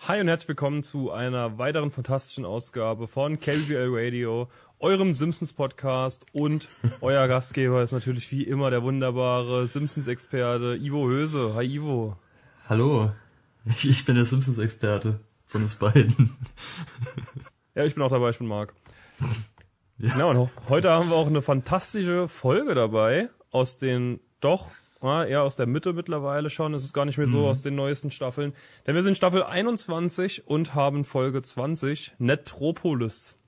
Hi und herzlich willkommen zu einer weiteren fantastischen Ausgabe von KBBL Radio, eurem Simpsons-Podcast, und euer Gastgeber ist natürlich wie immer der wunderbare Simpsons-Experte Ivo Höse. Hi Ivo. Hallo, ich bin der Simpsons-Experte von uns beiden. Ja, ich bin auch dabei, ich bin Marc. Ja. Genau, und heute haben wir auch eine fantastische Folge dabei aus den eher aus der Mitte mittlerweile schon. Es ist gar nicht mehr so aus den neuesten Staffeln. Denn wir sind Staffel 21 und haben Folge 20, Netropolis.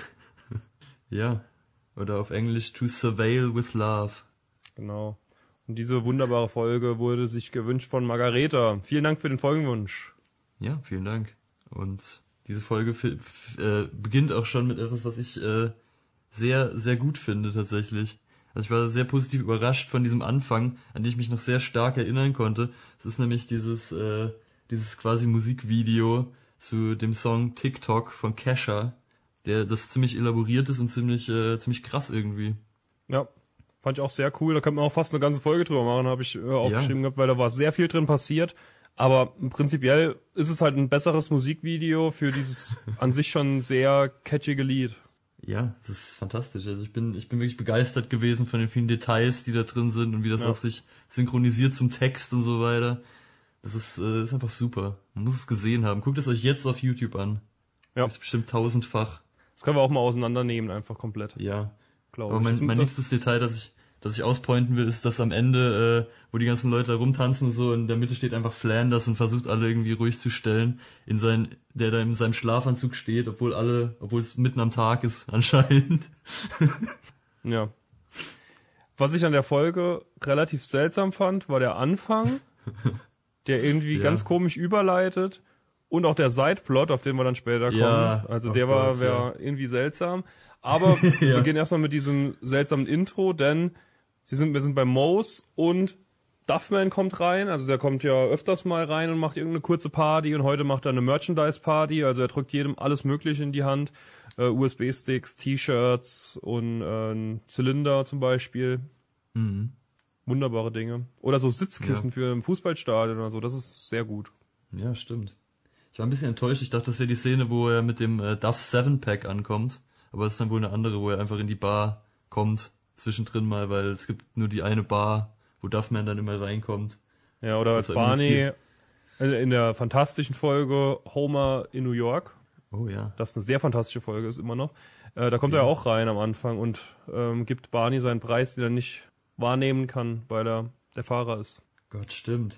Ja, oder auf Englisch To Surveil with Love. Genau. Und diese wunderbare Folge wurde sich gewünscht von Margareta. Vielen Dank für den Folgenwunsch. Ja, vielen Dank. Und diese Folge beginnt auch schon mit etwas, was ich sehr, sehr gut finde tatsächlich. Also ich war sehr positiv überrascht von diesem Anfang, an den ich mich noch sehr stark erinnern konnte. Es ist nämlich dieses quasi Musikvideo zu dem Song TikTok von Kesha, das ziemlich elaboriert ist und ziemlich krass irgendwie. Ja, fand ich auch sehr cool. Da könnte man auch fast eine ganze Folge drüber machen, habe ich aufgeschrieben gehabt, weil da war sehr viel drin passiert. Aber prinzipiell ist es halt ein besseres Musikvideo für dieses an sich schon sehr catchige Lied. Ja, das ist fantastisch. Also ich bin wirklich begeistert gewesen von den vielen Details, die da drin sind und wie das auch sich synchronisiert zum Text und so weiter. Das ist einfach super. Man muss es gesehen haben. Guckt es euch jetzt auf YouTube an. Ja. Das ist bestimmt 1000-fach. Das können wir auch mal auseinandernehmen, einfach komplett. Ja. Aber mein liebstes Detail, das ich auspointen will, ist, dass am Ende, wo die ganzen Leute da rumtanzen und so, in der Mitte steht einfach Flanders und versucht alle irgendwie ruhig zu stellen, der da in seinem Schlafanzug steht, obwohl es mitten am Tag ist, anscheinend. Ja. Was ich an der Folge relativ seltsam fand, war der Anfang, der irgendwie ganz komisch überleitet, und auch der Sideplot, auf den wir dann später kommen. Ja, also der war irgendwie seltsam. Aber wir gehen erstmal mit diesem seltsamen Intro, denn wir sind bei Moe's und Duffman kommt rein. Also der kommt ja öfters mal rein und macht irgendeine kurze Party, und heute macht er eine Merchandise-Party. Also er drückt jedem alles Mögliche in die Hand. USB-Sticks, T-Shirts und einen Zylinder zum Beispiel. Mhm. Wunderbare Dinge. Oder so Sitzkissen für ein Fußballstadion oder so. Das ist sehr gut. Ja, stimmt. Ich war ein bisschen enttäuscht. Ich dachte, das wäre die Szene, wo er mit dem Duff 7-Pack ankommt. Aber es ist dann wohl eine andere, wo er einfach in die Bar kommt, zwischendrin mal, weil es gibt nur die eine Bar, wo Duffman dann immer reinkommt. Ja, oder als Barney in der fantastischen Folge Homer in New York. Oh ja. Das eine sehr fantastische Folge ist immer noch. Da kommt er auch rein am Anfang und gibt Barney seinen Preis, den er nicht wahrnehmen kann, weil er der Fahrer ist. Gott, stimmt.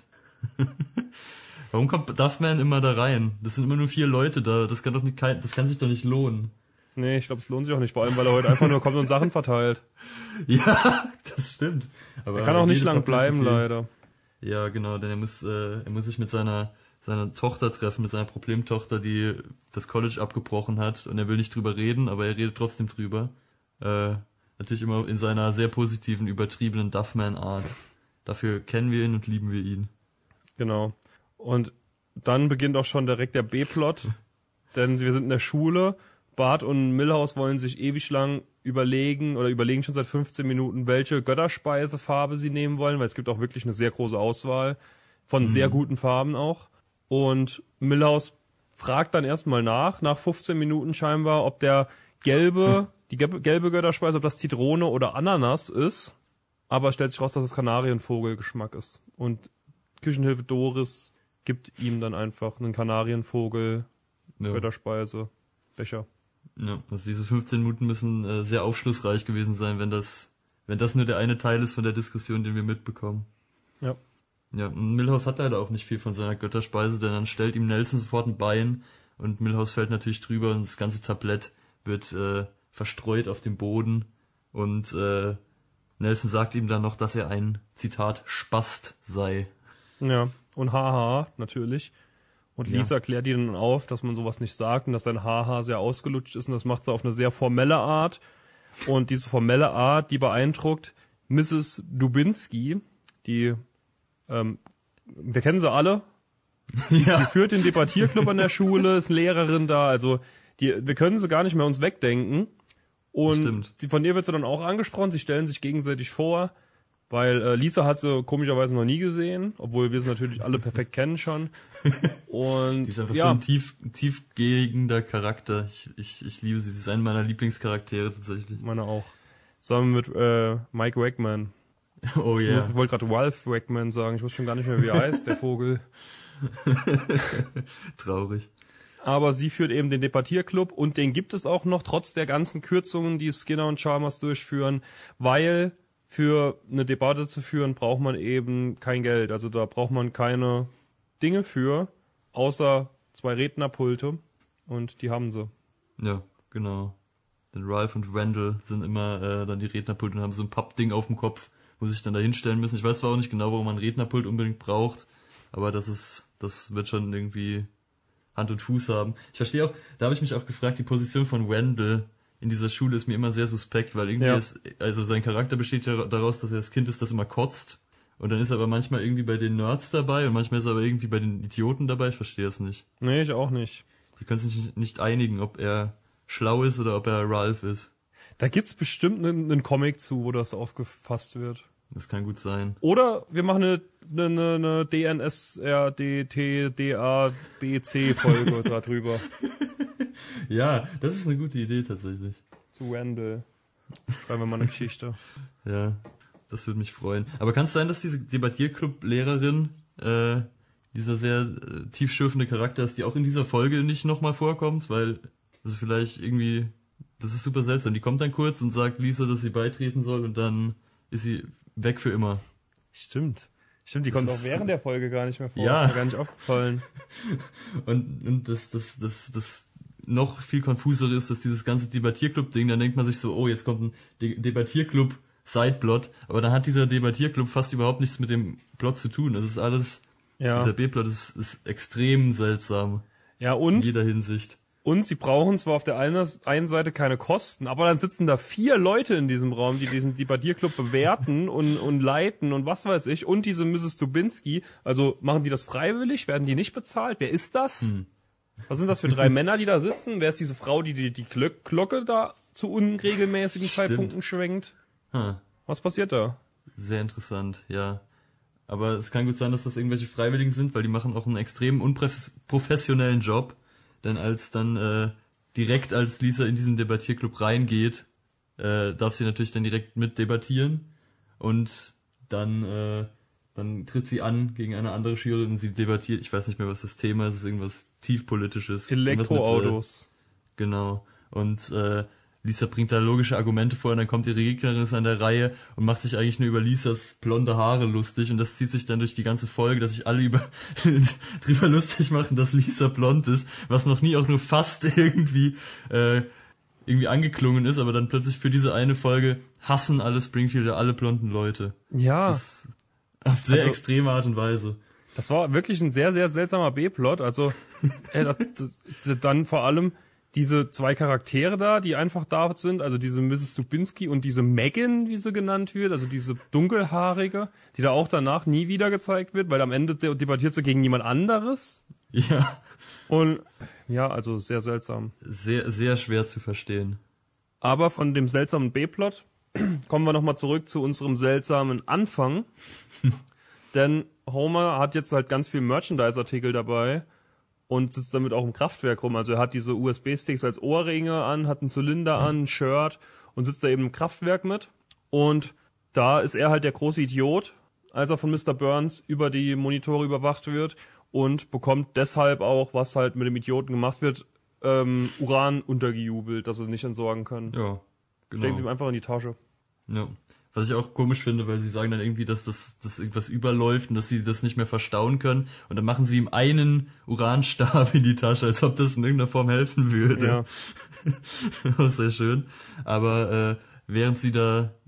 Warum kommt Duffman immer da rein? Das sind immer nur 4 Leute da. Das kann sich doch nicht lohnen. Nee, ich glaube, es lohnt sich auch nicht, vor allem, weil er heute einfach nur kommt und Sachen verteilt. Ja, das stimmt. Aber er kann auch nicht lang bleiben, leider. Ja, genau, denn er muss sich mit seiner Tochter treffen, mit seiner Problemtochter, die das College abgebrochen hat, und er will nicht drüber reden, aber er redet trotzdem drüber. Natürlich immer in seiner sehr positiven, übertriebenen Duffman-Art. Dafür kennen wir ihn und lieben wir ihn. Genau. Und dann beginnt auch schon direkt der B-Plot, denn wir sind in der Schule. Bart und Milhouse wollen sich ewig lang überlegen schon seit 15 Minuten, welche Götterspeisefarbe sie nehmen wollen, weil es gibt auch wirklich eine sehr große Auswahl von sehr guten Farben auch. Und Milhouse fragt dann erstmal nach 15 Minuten scheinbar, ob die gelbe Götterspeise, ob das Zitrone oder Ananas ist. Aber es stellt sich raus, dass es Kanarienvogelgeschmack ist. Und Küchenhilfe Doris gibt ihm dann einfach einen Kanarienvogel Götterspeise Becher. Ja, also diese 15 Minuten müssen sehr aufschlussreich gewesen sein, wenn das nur der eine Teil ist von der Diskussion, den wir mitbekommen. Ja. Ja, und Milhouse hat leider auch nicht viel von seiner Götterspeise, denn dann stellt ihm Nelson sofort ein Bein und Milhouse fällt natürlich drüber und das ganze Tablett wird verstreut auf dem Boden, und Nelson sagt ihm dann noch, dass er ein, Zitat, Spast sei. Ja, und haha, natürlich. Und Lisa klärt ihn dann auf, dass man sowas nicht sagt und dass sein Haha sehr ausgelutscht ist, und das macht sie auf eine sehr formelle Art. Und diese formelle Art, die beeindruckt Mrs. Dubinsky, die, wir kennen sie alle. Ja. Sie führt den Debattierclub an der Schule, ist Lehrerin da, also wir können sie gar nicht mehr uns wegdenken. Und von ihr wird sie dann auch angesprochen, sie stellen sich gegenseitig vor. Weil Lisa hat sie komischerweise noch nie gesehen, obwohl wir sie natürlich alle perfekt kennen schon. Und Die ist einfach so ein tiefgehender Charakter. Ich liebe sie. Sie ist einer meiner Lieblingscharaktere tatsächlich. Meine auch. Zusammen mit Mike Wakeman. Oh ja. Ich wollte gerade Ralph Wakeman sagen. Ich wusste schon gar nicht mehr, wie er heißt, der Vogel. Traurig. Aber sie führt eben den Debattierclub und den gibt es auch noch, trotz der ganzen Kürzungen, die Skinner und Chalmers durchführen, weil für eine Debatte zu führen, braucht man eben kein Geld. Also da braucht man keine Dinge für, außer 2 Rednerpulte und die haben sie. Ja, genau. Denn Ralph und Randall sind immer dann die Rednerpulte und haben so ein Pappding auf dem Kopf, wo sie sich dann da hinstellen müssen. Ich weiß zwar auch nicht genau, warum man ein Rednerpult unbedingt braucht, aber das wird schon irgendwie Hand und Fuß haben. Ich verstehe auch, da habe ich mich auch gefragt, die Position von Randall in dieser Schule ist mir immer sehr suspekt, weil irgendwie also sein Charakter besteht ja daraus, dass er das Kind ist, das immer kotzt. Und dann ist er aber manchmal irgendwie bei den Nerds dabei und manchmal ist er aber irgendwie bei den Idioten dabei. Ich verstehe es nicht. Nee, ich auch nicht. Die können sich nicht einigen, ob er schlau ist oder ob er Ralph ist. Da gibt's bestimmt einen Comic zu, wo das aufgefasst wird. Das kann gut sein. Oder wir machen eine DNSRDTDABC-Folge darüber. Ja, das ist eine gute Idee tatsächlich. Zu Randall. Schreiben wir mal eine Geschichte. Ja, das würde mich freuen. Aber kann es sein, dass diese Debattierclub-Lehrerin, dieser sehr tiefschürfende Charakter ist, die auch in dieser Folge nicht nochmal vorkommt? Weil, also vielleicht irgendwie, das ist super seltsam. Die kommt dann kurz und sagt Lisa, dass sie beitreten soll und dann ist sie weg für immer. Stimmt, die kommt auch während der Folge gar nicht mehr vor. Ja. Ist mir gar nicht aufgefallen. Und das noch viel konfusere ist, dass dieses ganze Debattierclub-Ding, dann denkt man sich so, oh, jetzt kommt ein Debattierclub-Sideplot, aber dann hat dieser Debattierclub fast überhaupt nichts mit dem Plot zu tun. Das ist alles, dieser B-Plot ist extrem seltsam. Ja, in jeder Hinsicht. Und sie brauchen zwar auf der einen Seite keine Kosten, aber dann sitzen da 4 Leute in diesem Raum, die diesen Debattierclub bewerten und leiten und was weiß ich. Und diese Mrs. Dubinsky, also machen die das freiwillig? Werden die nicht bezahlt? Wer ist das? Was sind das für 3 Männer, die da sitzen? Wer ist diese Frau, die Glocke da zu unregelmäßigen Zeitpunkten schwenkt? Was passiert da? Sehr interessant, ja. Aber es kann gut sein, dass das irgendwelche Freiwilligen sind, weil die machen auch einen extrem unprofessionellen Job. Denn als dann direkt als Lisa in diesen Debattierclub reingeht, darf sie natürlich dann direkt mit debattieren und dann tritt sie an gegen eine andere Schülerin und sie debattiert, ich weiß nicht mehr, was das Thema ist, es ist irgendwas tiefpolitisches. Elektroautos. Genau. Und Lisa bringt da logische Argumente vor und dann kommt ihre Gegnerin an der Reihe und macht sich eigentlich nur über Lisas blonde Haare lustig und das zieht sich dann durch die ganze Folge, dass sich alle drüber lustig machen, dass Lisa blond ist, was noch nie auch nur fast irgendwie angeklungen ist, aber dann plötzlich für diese eine Folge hassen alle Springfielder, alle blonden Leute. Ja. Das auf sehr extreme Art und Weise. Das war wirklich ein sehr, sehr seltsamer B-Plot. Also dann vor allem diese 2 Charaktere da, die einfach da sind, also diese Mrs. Dubinsky und diese Megan, wie sie genannt wird, also diese dunkelhaarige, die da auch danach nie wieder gezeigt wird, weil am Ende debattiert sie gegen jemand anderes. Ja. Und ja, also sehr seltsam. Sehr, sehr schwer zu verstehen. Aber von dem seltsamen B-Plot kommen wir nochmal zurück zu unserem seltsamen Anfang. Denn Homer hat jetzt halt ganz viel Merchandise-Artikel dabei und sitzt damit auch im Kraftwerk rum. Also er hat diese USB-Sticks als Ohrringe an, hat einen Zylinder an, ein Shirt und sitzt da eben im Kraftwerk mit. Und da ist er halt der große Idiot, als er von Mr. Burns über die Monitore überwacht wird und bekommt deshalb auch, was halt mit dem Idioten gemacht wird, Uran untergejubelt, dass sie nicht entsorgen können. Ja, genau. Stecken sie ihm einfach in die Tasche. Ja. Was ich auch komisch finde, weil sie sagen dann irgendwie, dass das irgendwas überläuft und dass sie das nicht mehr verstauen können. Und dann machen sie ihm einen Uranstab in die Tasche, als ob das in irgendeiner Form helfen würde. Ja. Das ist sehr schön. Aber während sie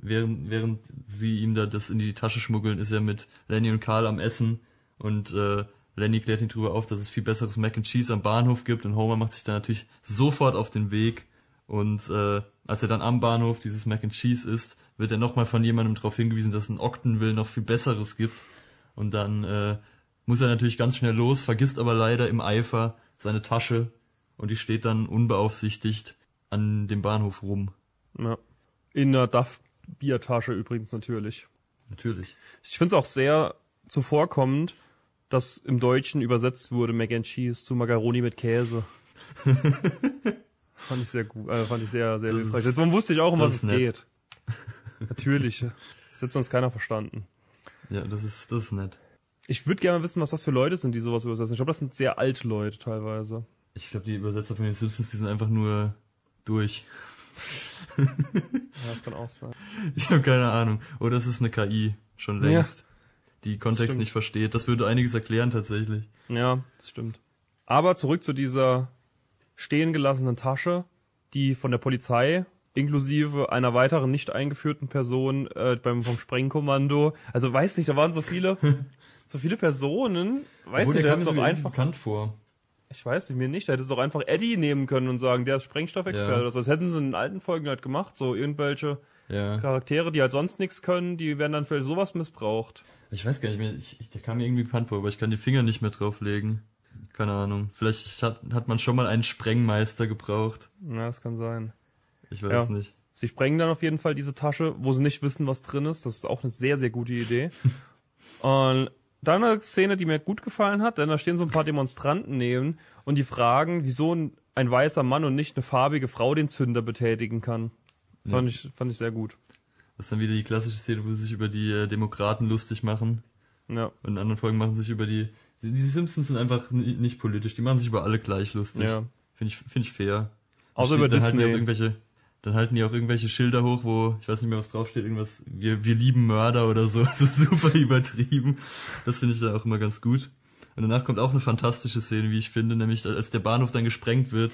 ihm da das in die Tasche schmuggeln, ist er mit Lenny und Carl am Essen und Lenny klärt ihn drüber auf, dass es viel besseres Mac and Cheese am Bahnhof gibt und Homer macht sich dann natürlich sofort auf den Weg und als er dann am Bahnhof dieses Mac and Cheese isst, wird er nochmal von jemandem darauf hingewiesen, dass es in Octonville noch viel Besseres gibt und dann muss er natürlich ganz schnell los, vergisst aber leider im Eifer seine Tasche und die steht dann unbeaufsichtigt an dem Bahnhof rum. Ja. In einer Duff-Biertasche übrigens natürlich. Natürlich. Ich finde es auch sehr zuvorkommend, dass im Deutschen übersetzt wurde Mac and Cheese zu Macaroni mit Käse. Fand ich sehr gut, fand ich sehr, sehr hilfreich. Jetzt wusste ich auch, um was es geht. Natürlich. Das hat sonst keiner verstanden. Ja, das ist nett. Ich würde gerne wissen, was das für Leute sind, die sowas übersetzen. Ich glaube, das sind sehr alte Leute teilweise. Ich glaube, die Übersetzer von den Simpsons, die sind einfach nur durch. Ja, das kann auch sein. Ich habe keine Ahnung. Oder es ist eine KI, schon längst, die Kontext nicht versteht. Das würde einiges erklären tatsächlich. Ja, das stimmt. Aber zurück zu dieser stehen gelassenen Tasche, die von der Polizei inklusive einer weiteren nicht eingeführten Person vom Sprengkommando, also weiß nicht, da waren so viele Personen, weiß nicht, da hätte es doch einfach bekannt vor. Ich weiß nicht, mir nicht, da hätte es doch einfach Eddie nehmen können und sagen, der ist Sprengstoffexperte oder so. Das hätten sie in den alten Folgen halt gemacht, so irgendwelche Charaktere, die halt sonst nichts können, die werden dann für sowas missbraucht. Ich weiß gar nicht mehr, der kam mir irgendwie bekannt vor, aber ich kann die Finger nicht mehr drauflegen. Keine Ahnung. Vielleicht hat man schon mal einen Sprengmeister gebraucht. Ja, das kann sein. Ich weiß nicht. Sie sprengen dann auf jeden Fall diese Tasche, wo sie nicht wissen, was drin ist. Das ist auch eine sehr, sehr gute Idee. Und dann eine Szene, die mir gut gefallen hat, denn da stehen so ein paar Demonstranten neben und die fragen, wieso ein weißer Mann und nicht eine farbige Frau den Zünder betätigen kann. Fand ich sehr gut. Das ist dann wieder die klassische Szene, wo sie sich über die Demokraten lustig machen. Ja. Und in anderen Folgen machen sie sich über die Simpsons sind einfach nicht politisch, die machen sich über alle gleich lustig. Ja. Finde ich fair. Außer über Disney. Dann halten die auch irgendwelche Schilder hoch, wo, ich weiß nicht mehr, was draufsteht, irgendwas, wir lieben Mörder oder so, so super übertrieben. Das finde ich da auch immer ganz gut. Und danach kommt auch eine fantastische Szene, wie ich finde, nämlich als der Bahnhof dann gesprengt wird,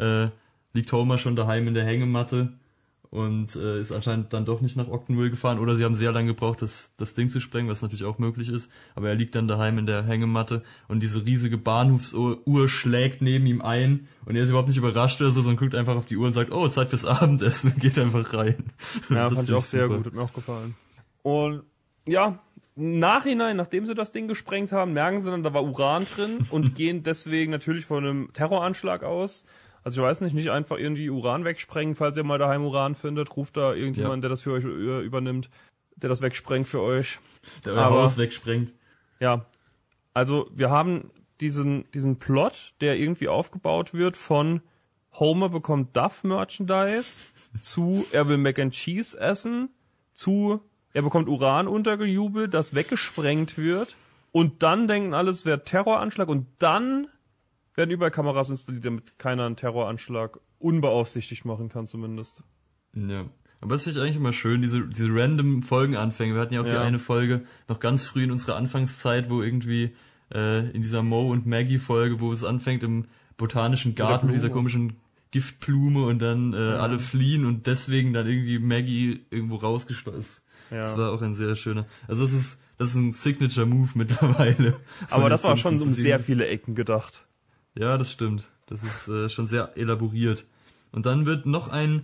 liegt Homer schon daheim in der Hängematte und ist anscheinend dann doch nicht nach Octonville gefahren oder sie haben sehr lange gebraucht, das Ding zu sprengen, was natürlich auch möglich ist, aber er liegt dann daheim in der Hängematte und diese riesige Bahnhofsuhr schlägt neben ihm ein und er ist überhaupt nicht überrascht oder so, sondern guckt einfach auf die Uhr und sagt, oh, Zeit fürs Abendessen und geht einfach rein. Ja, fand ich auch sehr gut, hat mir auch gefallen. Und ja, im Nachhinein, nachdem sie das Ding gesprengt haben, merken sie dann, da war Uran drin und gehen deswegen natürlich von einem Terroranschlag aus. Also ich weiß nicht einfach irgendwie Uran wegsprengen, falls ihr mal daheim Uran findet, ruft da irgendjemand, der das für euch übernimmt, der das wegsprengt für euch. Der euer Haus wegsprengt. Ja, also wir haben diesen Plot, der irgendwie aufgebaut wird von Homer bekommt Duff-Merchandise zu er will Mac and Cheese essen zu er bekommt Uran untergejubelt, das weggesprengt wird und dann denken alle, es wäre Terroranschlag und dann werden überall Kameras installiert, damit keiner einen Terroranschlag unbeaufsichtigt machen kann zumindest. Ja, aber das finde ich eigentlich immer schön, diese random Folgenanfänge. Wir hatten ja auch die eine Folge noch ganz früh in unserer Anfangszeit, wo irgendwie in dieser Moe und Maggie Folge, wo es anfängt im botanischen Garten mit dieser komischen Giftblume und dann alle fliehen und deswegen dann irgendwie Maggie irgendwo rausgeschlossen ist. Ja. Das war auch ein sehr schöner. Also das ist ein Signature-Move mittlerweile. Aber das war schon um sehr viele Ecken gedacht. Ja, das stimmt. Das ist schon sehr elaboriert. Und dann wird noch ein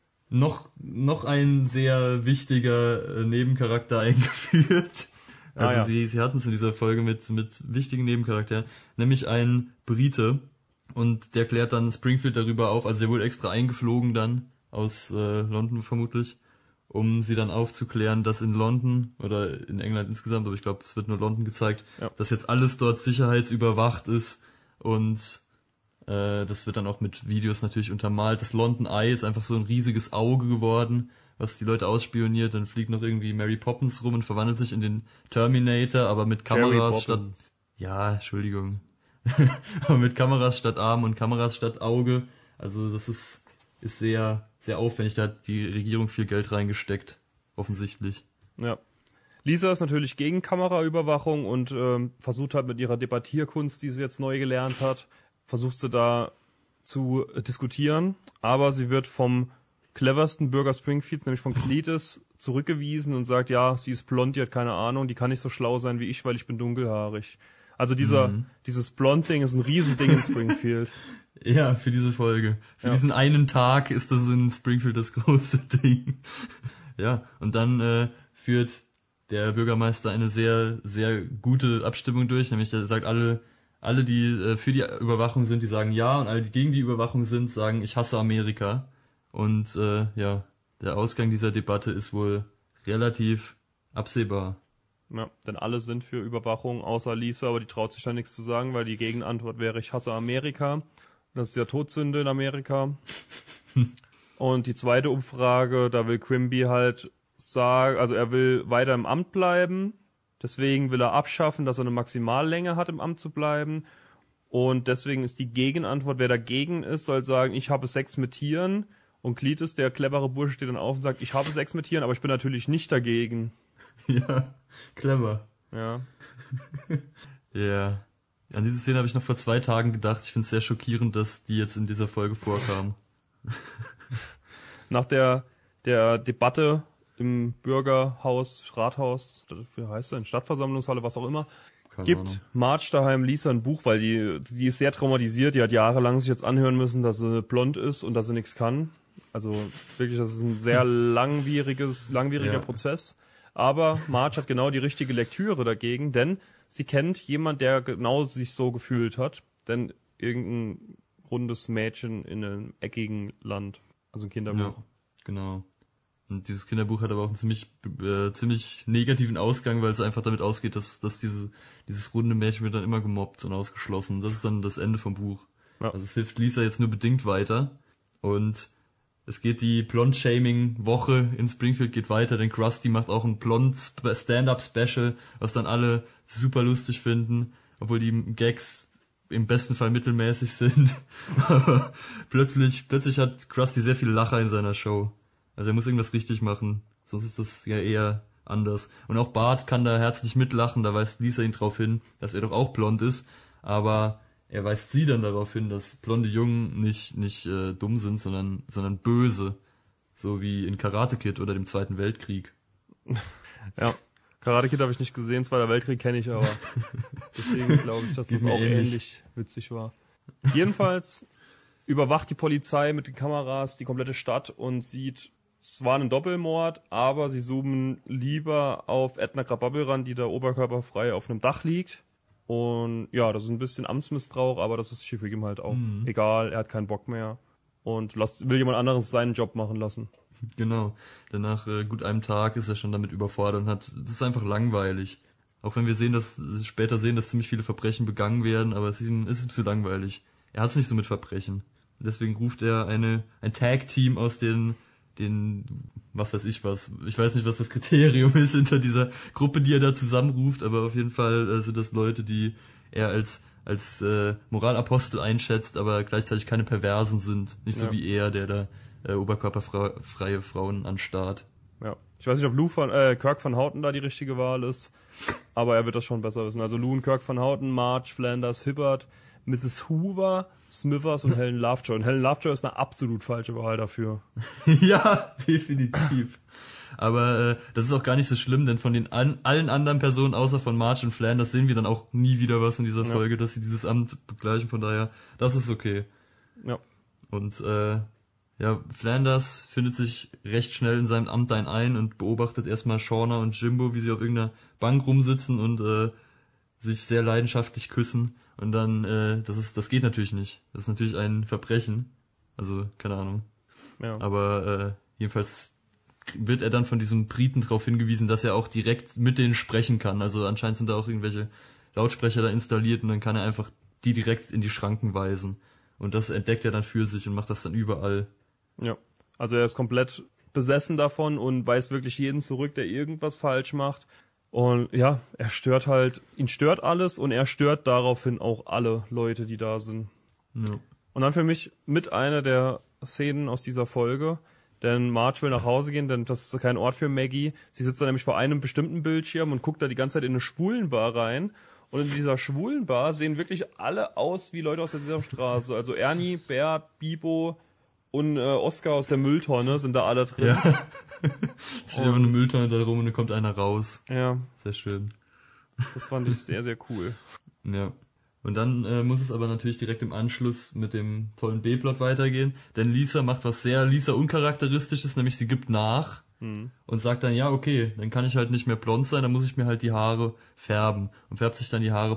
sehr wichtiger Nebencharakter eingeführt. Also sie hatten es in dieser Folge mit wichtigen Nebencharakteren, nämlich ein Brite. Und der klärt dann Springfield darüber auf, also der wurde extra eingeflogen dann aus London vermutlich, um sie dann aufzuklären, dass in London oder in England insgesamt, aber ich glaube, es wird nur London gezeigt, dass jetzt alles dort sicherheitsüberwacht ist und das wird dann auch mit Videos natürlich untermalt. Das London Eye ist einfach so ein riesiges Auge geworden, was die Leute ausspioniert. Dann fliegt noch irgendwie Mary Poppins rum und verwandelt sich in den Terminator, aber mit Kameras statt... Ja, Entschuldigung. Aber mit Kameras statt Arm und Kameras statt Auge. Also das ist sehr, sehr aufwendig. Da hat die Regierung viel Geld reingesteckt, offensichtlich. Ja. Lisa ist natürlich gegen Kameraüberwachung und versucht halt mit ihrer Debattierkunst, die sie jetzt neu gelernt hat, versucht sie da zu diskutieren, aber sie wird vom cleversten Bürger Springfields, nämlich von Cletus, zurückgewiesen und sagt, ja, sie ist blond, die hat keine Ahnung, die kann nicht so schlau sein wie ich, weil ich bin dunkelhaarig. Also dieses Blond-Ding ist ein Riesending in Springfield. Ja, für diese Folge. Für diesen einen Tag ist das in Springfield das große Ding. Ja, und dann führt der Bürgermeister eine sehr, sehr gute Abstimmung durch, nämlich er sagt, alle, die für die Überwachung sind, die sagen ja, und alle, die gegen die Überwachung sind, sagen, ich hasse Amerika. Und der Ausgang dieser Debatte ist wohl relativ Absehbar. Ja, denn alle sind für Überwachung, außer Lisa, aber die traut sich da nichts zu sagen, weil die Gegenantwort wäre, ich hasse Amerika. Das ist ja Todsünde in Amerika. Und die zweite Umfrage, da will Quimby halt sagen, also er will weiter im Amt bleiben, deswegen will er abschaffen, dass er eine Maximallänge hat, im Amt zu bleiben. Und deswegen ist die Gegenantwort, wer dagegen ist, soll sagen, ich habe Sex mit Tieren. Und Cletus, der clevere Bursche, steht dann auf und sagt, ich habe Sex mit Tieren, aber ich bin natürlich nicht dagegen. Ja, clever. Ja. Ja. An diese Szene habe ich noch vor 2 Tagen gedacht. Ich finde es sehr schockierend, dass die jetzt in dieser Folge vorkam. Nach der Debatte im Bürgerhaus, Rathaus, wie heißt das, Stadtversammlungshalle, was auch immer, Keine gibt Ahnung. Marge daheim Lisa ein Buch, weil die ist sehr traumatisiert, die hat jahrelang sich jetzt anhören müssen, dass sie blond ist und dass sie nichts kann. Also wirklich, das ist ein sehr langwieriger Ja. Prozess. Aber Marge hat genau die richtige Lektüre dagegen, denn sie kennt jemand, der genau sich so gefühlt hat. Denn irgendein rundes Mädchen in einem eckigen Land, also ein Kinderbuch. Ja, genau. Und dieses Kinderbuch hat aber auch einen ziemlich negativen Ausgang, weil es einfach damit ausgeht, dass dieses runde Mädchen wird dann immer gemobbt und ausgeschlossen. Das ist dann das Ende vom Buch. Ja. Also es hilft Lisa jetzt nur bedingt weiter. Und es geht die Blond-Shaming-Woche in Springfield geht weiter, denn Krusty macht auch ein Blond-Stand-Up-Special, was dann alle super lustig finden, obwohl die Gags im besten Fall mittelmäßig sind. Aber plötzlich hat Krusty sehr viele Lacher in seiner Show. Also er muss irgendwas richtig machen, sonst ist das ja eher anders. Und auch Bart kann da herzlich mitlachen, da weist Lisa ihn drauf hin, dass er doch auch blond ist, aber er weist sie dann darauf hin, dass blonde Jungen nicht dumm sind, sondern böse. So wie in Karate Kid oder dem Zweiten Weltkrieg. Ja, Karate Kid habe ich nicht gesehen, Zweiter Weltkrieg kenne ich aber. Deswegen glaube ich, dass Geht das mir auch ähnlich. ähnlich witzig war. Jedenfalls überwacht die Polizei mit den Kameras die komplette Stadt und sieht, es war ein Doppelmord, aber sie zoomen lieber auf Edna Krabappel ran, die da oberkörperfrei auf einem Dach liegt. Und ja, das ist ein bisschen Amtsmissbrauch, aber das ist für ihm halt auch egal, er hat keinen Bock mehr und will jemand anderes seinen Job machen lassen. Genau. Denn nach gut einem Tag ist er schon damit überfordert und das ist einfach langweilig. Auch wenn wir später sehen, dass ziemlich viele Verbrechen begangen werden, aber es ist ihm zu langweilig. Er hat es nicht so mit Verbrechen. Deswegen ruft er ein Tag-Team aus den was weiß ich was. Ich weiß nicht, was das Kriterium ist hinter dieser Gruppe, die er da zusammenruft, aber auf jeden Fall sind das Leute, die er als Moralapostel einschätzt, aber gleichzeitig keine Perversen sind. Nicht so Ja. wie er, der da oberkörperfreie Frauen anstarrt. Ja. Ich weiß nicht, ob Kirk van Houten da die richtige Wahl ist, aber er wird das schon besser wissen. Also Lou und Kirk van Houten, Marge, Flanders, Hibbert, Mrs. Hoover, Smithers und Helen Lovejoy. Und Helen Lovejoy ist eine absolut falsche Wahl dafür. Ja, definitiv. Aber das ist auch gar nicht so schlimm, denn von den allen anderen Personen außer von Marge und Flanders sehen wir dann auch nie wieder was in dieser Folge, dass sie dieses Amt begleichen. Von daher, das ist okay. Ja. Und Flanders findet sich recht schnell in seinem Amt ein und beobachtet erstmal Shauna und Jimbo, wie sie auf irgendeiner Bank rumsitzen und sich sehr leidenschaftlich küssen. Und dann, das geht natürlich nicht. Das ist natürlich ein Verbrechen. Also, keine Ahnung. Ja. Aber jedenfalls wird er dann von diesem Briten darauf hingewiesen, dass er auch direkt mit denen sprechen kann. Also anscheinend sind da auch irgendwelche Lautsprecher da installiert und dann kann er einfach die direkt in die Schranken weisen. Und das entdeckt er dann für sich und macht das dann überall. Ja. Also er ist komplett besessen davon und weist wirklich jeden zurück, der irgendwas falsch macht. Und ja, ihn stört alles und er stört daraufhin auch alle Leute, die da sind. Ja. Und dann für mich mit einer der Szenen aus dieser Folge, denn Marge will nach Hause gehen, denn das ist kein Ort für Maggie. Sie sitzt da nämlich vor einem bestimmten Bildschirm und guckt da die ganze Zeit in eine Schwulenbar rein. Und in dieser Schwulenbar sehen wirklich alle aus wie Leute aus der Sesamstraße. Also Ernie, Bert, Bibo und Oscar aus der Mülltonne sind da alle drin. Ja. Es steht aber eine Mülltonne da rum und dann kommt einer raus. Ja, Sehr schön. das fand ich sehr, sehr cool. Ja. Und dann muss es aber natürlich direkt im Anschluss mit dem tollen B-Plot weitergehen, denn Lisa macht was sehr Lisa uncharakteristisches, nämlich sie gibt nach und sagt dann, ja, okay, dann kann ich halt nicht mehr blond sein, dann muss ich mir halt die Haare färben und färbt sich dann die Haare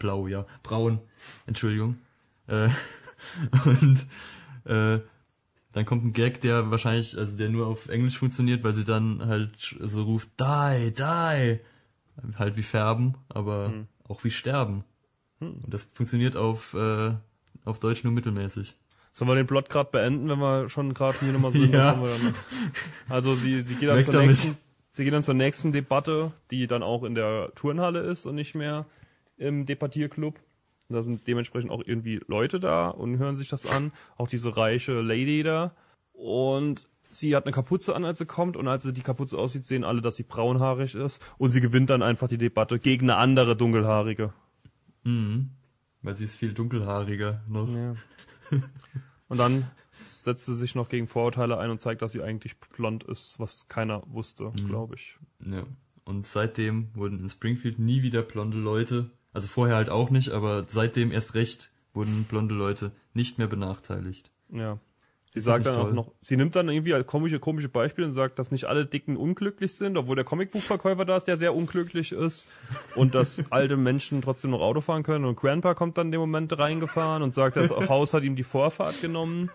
braun, Entschuldigung. Und Dann kommt ein Gag, der wahrscheinlich, also der nur auf Englisch funktioniert, weil sie dann halt so ruft, die, die. Halt wie färben, aber auch wie sterben. Und das funktioniert auf Deutsch nur mittelmäßig. Sollen wir den Plot gerade beenden, wenn wir schon gerade hier nochmal sind? Ja. Dann haben wir dann, also sie geht dann sie geht dann zur nächsten Debatte, die dann auch in der Turnhalle ist und nicht mehr im Debattierclub. Da sind dementsprechend auch irgendwie Leute da und hören sich das an. Auch diese reiche Lady da. Und sie hat eine Kapuze an, als sie kommt. Und als sie die Kapuze aussieht, sehen alle, dass sie braunhaarig ist. Und sie gewinnt dann einfach die Debatte gegen eine andere dunkelhaarige. Mhm. Weil sie ist viel dunkelhaariger noch. Ja. Und dann setzt sie sich noch gegen Vorurteile ein und zeigt, dass sie eigentlich blond ist, was keiner wusste, glaube ich. Ja. Und seitdem wurden in Springfield nie wieder blonde Leute, also vorher halt auch nicht, aber seitdem erst recht wurden blonde Leute nicht mehr benachteiligt. Ja. Sie Ist das sagt nicht dann auch toll? noch, sie nimmt dann irgendwie halt komische Beispiele und sagt, dass nicht alle Dicken unglücklich sind, obwohl der Comicbuchverkäufer da ist, der sehr unglücklich ist und dass alte Menschen trotzdem noch Auto fahren können und Grandpa kommt dann in dem Moment reingefahren und sagt, das Haus hat ihm die Vorfahrt genommen.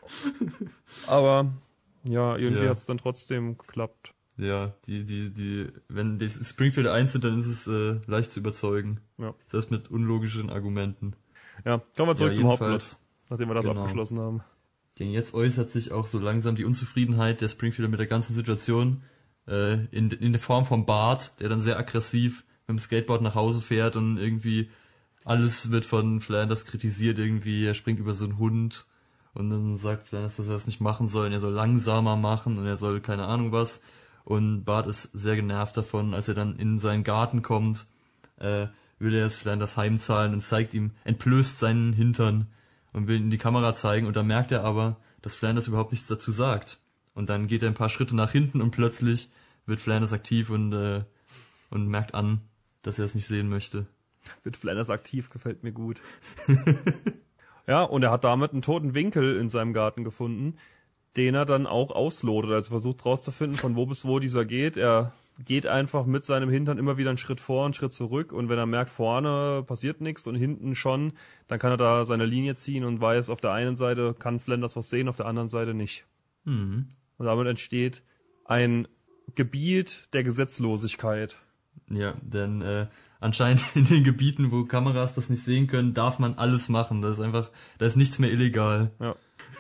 Aber ja, irgendwie Ja. hat es dann trotzdem geklappt. Ja, wenn die Springfield 1 sind, dann ist es leicht zu überzeugen. Ja. Selbst mit unlogischen Argumenten. Ja, kommen wir zurück Ja, zum jedenfalls. Hauptplot, nachdem wir das Genau. abgeschlossen haben. Denn jetzt äußert sich auch so langsam die Unzufriedenheit der Springfielder mit der ganzen Situation in der Form von Bart, der dann sehr aggressiv mit dem Skateboard nach Hause fährt und irgendwie alles wird von Flanders kritisiert irgendwie. Er springt über so einen Hund und dann sagt Flanders, dass er das nicht machen soll und er soll langsamer machen und er soll keine Ahnung was. Und Bart ist sehr genervt davon, als er dann in seinen Garten kommt, will er es Flanders heimzahlen und zeigt ihm, entblößt seinen Hintern und will ihm die Kamera zeigen und dann merkt er aber, dass Flanders überhaupt nichts dazu sagt. Und dann geht er ein paar Schritte nach hinten und plötzlich wird Flanders aktiv und merkt an, dass er es nicht sehen möchte. Wird Flanders aktiv, gefällt mir gut. Ja, und er hat damit einen toten Winkel in seinem Garten gefunden, den er dann auch auslotet, also versucht rauszufinden, von wo bis wo dieser geht. Er geht einfach mit seinem Hintern immer wieder einen Schritt vor, einen Schritt zurück und wenn er merkt, vorne passiert nichts und hinten schon, dann kann er da seine Linie ziehen und weiß, auf der einen Seite kann Flanders was sehen, auf der anderen Seite nicht. Mhm. Und damit entsteht ein Gebiet der Gesetzlosigkeit. Ja, denn anscheinend in den Gebieten, wo Kameras das nicht sehen können, darf man alles machen. Da ist nichts mehr illegal. Ja.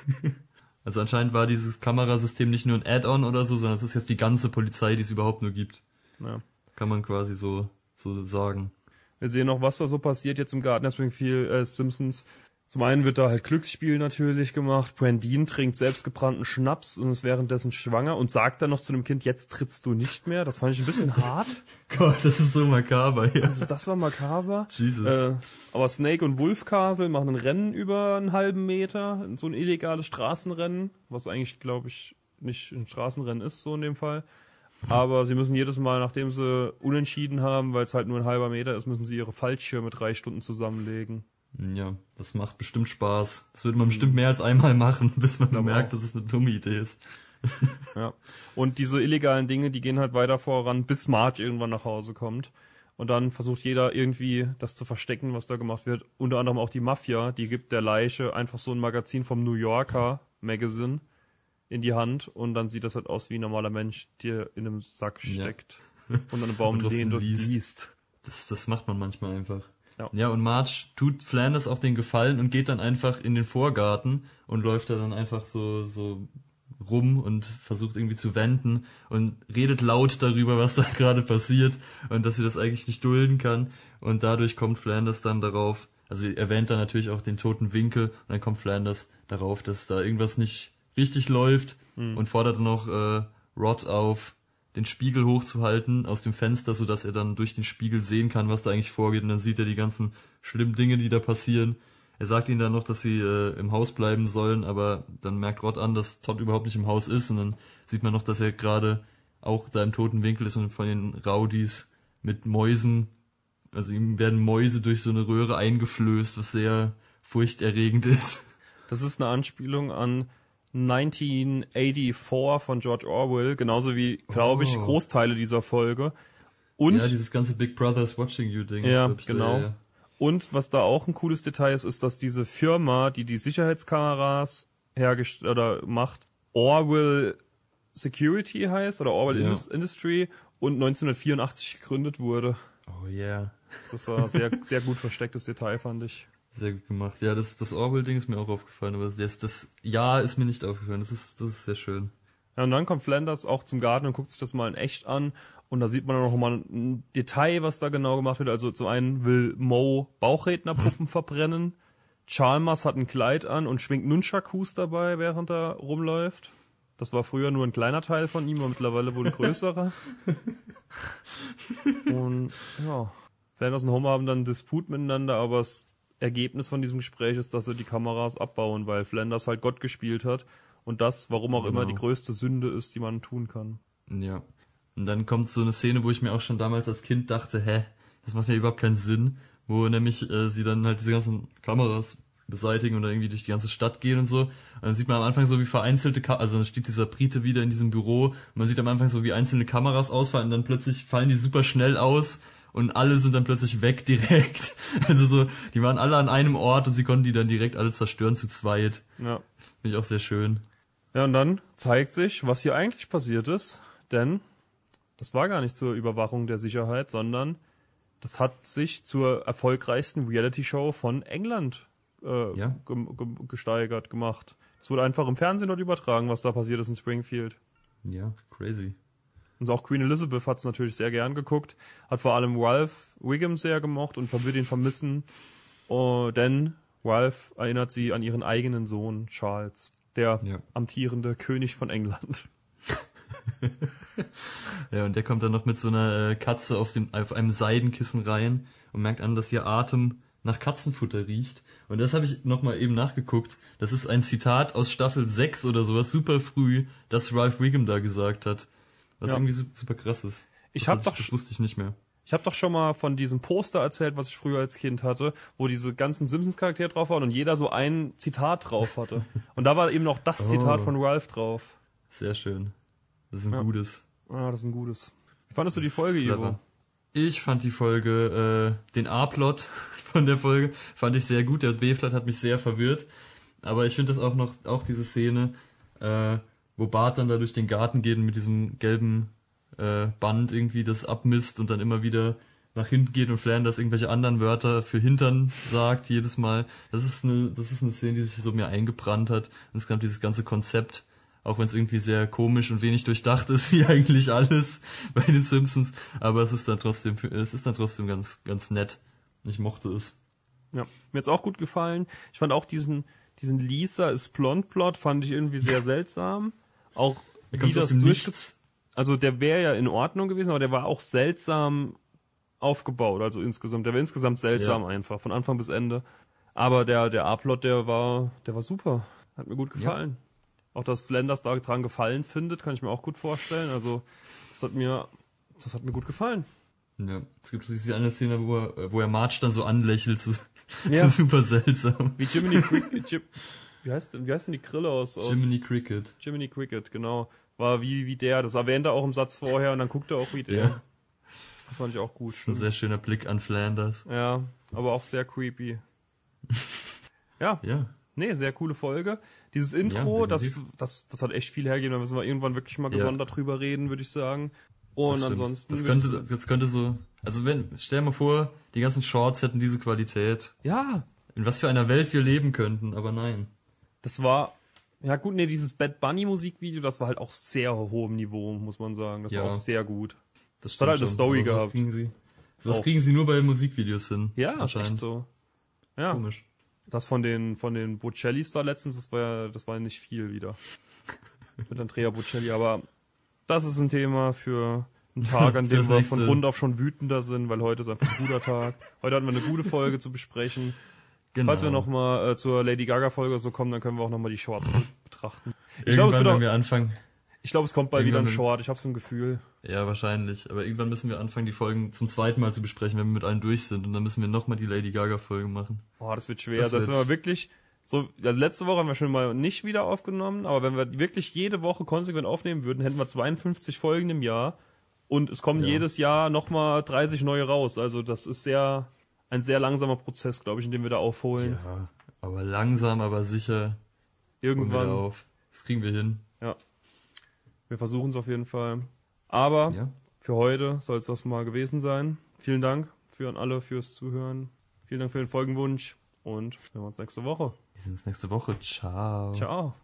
Also anscheinend war dieses Kamerasystem nicht nur ein Add-on oder so, sondern es ist jetzt die ganze Polizei, die es überhaupt nur gibt. Ja. Kann man quasi so sagen. Wir sehen noch, was da so passiert jetzt im Garten der Springfield Simpsons. Zum einen wird da halt Glücksspiel natürlich gemacht. Brandine trinkt selbstgebrannten Schnaps und ist währenddessen schwanger und sagt dann noch zu dem Kind, jetzt trittst du nicht mehr. Das fand ich ein bisschen hart. Gott, das ist so makaber, ja. Also das war makaber. Jesus. Aber Snake und Wolf Castle machen ein Rennen über einen halben Meter. So ein illegales Straßenrennen, was eigentlich, glaube ich, nicht ein Straßenrennen ist, so in dem Fall. Aber sie müssen jedes Mal, nachdem sie unentschieden haben, weil es halt nur ein halber Meter ist, müssen sie ihre Fallschirme 3 Stunden zusammenlegen. Ja, das macht bestimmt Spaß. Das würde man bestimmt mehr als einmal machen, bis man Glaube merkt, auch. dass es eine dumme Idee ist. Ja. Und diese illegalen Dinge, die gehen halt weiter voran, bis Marge irgendwann nach Hause kommt. Und dann versucht jeder irgendwie das zu verstecken, was da gemacht wird. Unter anderem auch die Mafia, die gibt der Leiche einfach so ein Magazin vom New Yorker Magazine in die Hand und dann sieht das halt aus wie ein normaler Mensch, der in einem Sack steckt und an einem Baum Und trotzdem lehnt und liest. liest. Das macht man manchmal einfach. Ja. Und Marge tut Flanders auch den Gefallen und geht dann einfach in den Vorgarten und läuft da dann einfach so rum und versucht irgendwie zu wenden und redet laut darüber, was da gerade passiert und dass sie das eigentlich nicht dulden kann. Und dadurch kommt Flanders dann darauf, also er erwähnt dann natürlich auch den toten Winkel und dann kommt Flanders darauf, dass da irgendwas nicht richtig läuft und fordert dann noch Rod auf, den Spiegel hochzuhalten aus dem Fenster, sodass er dann durch den Spiegel sehen kann, was da eigentlich vorgeht. Und dann sieht er die ganzen schlimmen Dinge, die da passieren. Er sagt ihnen dann noch, dass sie im Haus bleiben sollen, aber dann merkt Rod an, dass Todd überhaupt nicht im Haus ist. Und dann sieht man noch, dass er gerade auch da im toten Winkel ist und von den Rowdies mit Mäusen, also ihm werden Mäuse durch so eine Röhre eingeflößt, was sehr furchterregend ist. Das ist eine Anspielung an 1984 von George Orwell, genauso wie, glaube ich, Großteile dieser Folge. Und Ja, dieses ganze Big Brother's Watching You Ding. Ja, ist, glaub ich, genau. Ja. Und was da auch ein cooles Detail ist, ist, dass diese Firma, die Sicherheitskameras hergestellt oder macht, Orwell Security heißt oder Orwell Industry und 1984 gegründet wurde. Oh yeah. Das war sehr, sehr gut verstecktes Detail, fand ich. Sehr gut gemacht. Ja, das Orwell-Ding ist mir auch aufgefallen, aber das Jahr ist mir nicht aufgefallen. Das ist sehr schön. Ja, und dann kommt Flanders auch zum Garten und guckt sich das mal in echt an. Und da sieht man dann noch mal ein Detail, was da genau gemacht wird. Also zum einen will Moe Bauchrednerpuppen verbrennen. Chalmers hat ein Kleid an und schwingt Nunchakus dabei, während er rumläuft. Das war früher nur ein kleiner Teil von ihm, aber mittlerweile wohl ein größerer. Und ja, Flanders und Homer haben dann einen Disput miteinander, aber das Ergebnis von diesem Gespräch ist, dass sie die Kameras abbauen, weil Flanders halt Gott gespielt hat und das, warum auch immer, die größte Sünde ist, die man tun kann. Ja. Und dann kommt so eine Szene, wo ich mir auch schon damals als Kind dachte, das macht ja überhaupt keinen Sinn, wo nämlich sie dann halt diese ganzen Kameras beseitigen und dann irgendwie durch die ganze Stadt gehen und so. Und dann sieht man am Anfang so wie vereinzelte also dann steht dieser Brite wieder in diesem Büro und man sieht am Anfang so wie einzelne Kameras ausfallen und dann plötzlich fallen die super schnell aus und alle sind dann plötzlich weg direkt. Also so, die waren alle an einem Ort und sie konnten die dann direkt alle zerstören zu zweit. Ja. Finde ich auch sehr schön. Ja, und dann zeigt sich, was hier eigentlich passiert ist, denn das war gar nicht zur Überwachung der Sicherheit, sondern das hat sich zur erfolgreichsten Reality-Show von England gesteigert, gemacht. Es wurde einfach im Fernsehen dort übertragen, was da passiert ist in Springfield. Ja, crazy. Und auch Queen Elizabeth hat es natürlich sehr gern geguckt, hat vor allem Ralph Wiggum sehr gemocht und wird ihn vermissen, denn Ralph erinnert sie an ihren eigenen Sohn Charles, der amtierende König von England. Ja, und der kommt dann noch mit so einer Katze auf einem Seidenkissen rein und merkt an, dass ihr Atem nach Katzenfutter riecht. Und das habe ich nochmal eben nachgeguckt. Das ist ein Zitat aus Staffel 6 oder sowas, super früh, das Ralph Wiggum da gesagt hat. Was irgendwie super krass ist. Das wusste ich nicht mehr. Ich habe doch schon mal von diesem Poster erzählt, was ich früher als Kind hatte, wo diese ganzen Simpsons-Charaktere drauf waren und jeder so ein Zitat drauf hatte. Und da war eben noch das Zitat von Ralph drauf. Sehr schön. Das ist ein gutes. Ja, das ist ein gutes. Wie fandest du die Folge, Ivo? Ich fand die Folge, den A-Plot von der Folge, fand ich sehr gut. Der B-Plot hat mich sehr verwirrt. Aber ich finde das auch diese Szene, wo Bart dann da durch den Garten geht und mit diesem gelben Band irgendwie das abmisst und dann immer wieder nach hinten geht und Flanders irgendwelche anderen Wörter für Hintern sagt jedes Mal. Das ist eine Szene, die sich so mir eingebrannt hat. Insgesamt dieses ganze Konzept, auch wenn es irgendwie sehr komisch und wenig durchdacht ist, wie eigentlich alles bei den Simpsons, aber es ist dann trotzdem ganz, ganz nett. Ich mochte es. Ja, mir hat's auch gut gefallen. Ich fand auch diesen Lisa ist Blond-Plot fand ich irgendwie sehr seltsam. Auch wie das also der wäre ja in Ordnung gewesen, aber der war auch seltsam aufgebaut, also insgesamt. Der war insgesamt seltsam einfach, von Anfang bis Ende. Aber der A-Plot, der war super. Hat mir gut gefallen. Ja. Auch, dass Flanders da dran gefallen findet, kann ich mir auch gut vorstellen. Also, das hat mir gut gefallen. Ja, es gibt diese eine Szene, wo er Marge dann so anlächelt. Das ist super seltsam. Wie Jiminy Cricket. Wie heißt denn die Grille aus? Jiminy Cricket. Jiminy Cricket, genau. War wie der. Das erwähnt er auch im Satz vorher und dann guckt er auch wie der. Ja. Das fand ich auch gut. Ein sehr schöner Blick an Flanders. Ja, aber auch sehr creepy. Ja. Nee, sehr coole Folge. Dieses Intro, das hat echt viel hergegeben. Da müssen wir irgendwann wirklich mal gesondert drüber reden, würde ich sagen. Und ansonsten... Das könnte so... Also stell dir mal vor, die ganzen Shorts hätten diese Qualität. Ja. In was für einer Welt wir leben könnten, aber nein. Das war... Ja gut, nee, dieses Bad Bunny Musikvideo, das war halt auch sehr hohem Niveau, muss man sagen. Das war auch sehr gut. Das hat halt eine Story gehabt. Was kriegen sie nur bei Musikvideos hin? Ja, anscheinend. Echt so. Ja. Komisch. Das von den Bocellis da letztens, das war nicht viel wieder. Mit Andrea Bocelli, aber das ist ein Thema für einen Tag, an dem wir von Grund auf schon wütender sind, weil heute ist einfach ein guter Tag. Heute hatten wir eine gute Folge zu besprechen. Genau. Falls wir nochmal zur Lady Gaga Folge so kommen, dann können wir auch nochmal die Shorts betrachten. Ich glaube, es kommt bald wieder ein Short, ich hab's im Gefühl. Ja, wahrscheinlich. Aber irgendwann müssen wir anfangen, die Folgen zum zweiten Mal zu besprechen, wenn wir mit allen durch sind. Und dann müssen wir nochmal die Lady Gaga Folge machen. Boah, das wird schwer. Das wir wirklich so, letzte Woche haben wir schon mal nicht wieder aufgenommen, aber wenn wir wirklich jede Woche konsequent aufnehmen würden, hätten wir 52 Folgen im Jahr. Und es kommen jedes Jahr nochmal 30 neue raus. Also das ist ein sehr langsamer Prozess, glaube ich, in dem wir da aufholen. Ja, aber langsam, aber sicher Irgendwann. Auf. Das kriegen wir hin. Ja. Wir versuchen es auf jeden Fall. Aber Ja. für heute soll es das mal gewesen sein. Vielen Dank an alle fürs Zuhören. Vielen Dank für den Folgenwunsch und wir sehen uns nächste Woche. Wir sehen uns nächste Woche. Ciao. Ciao.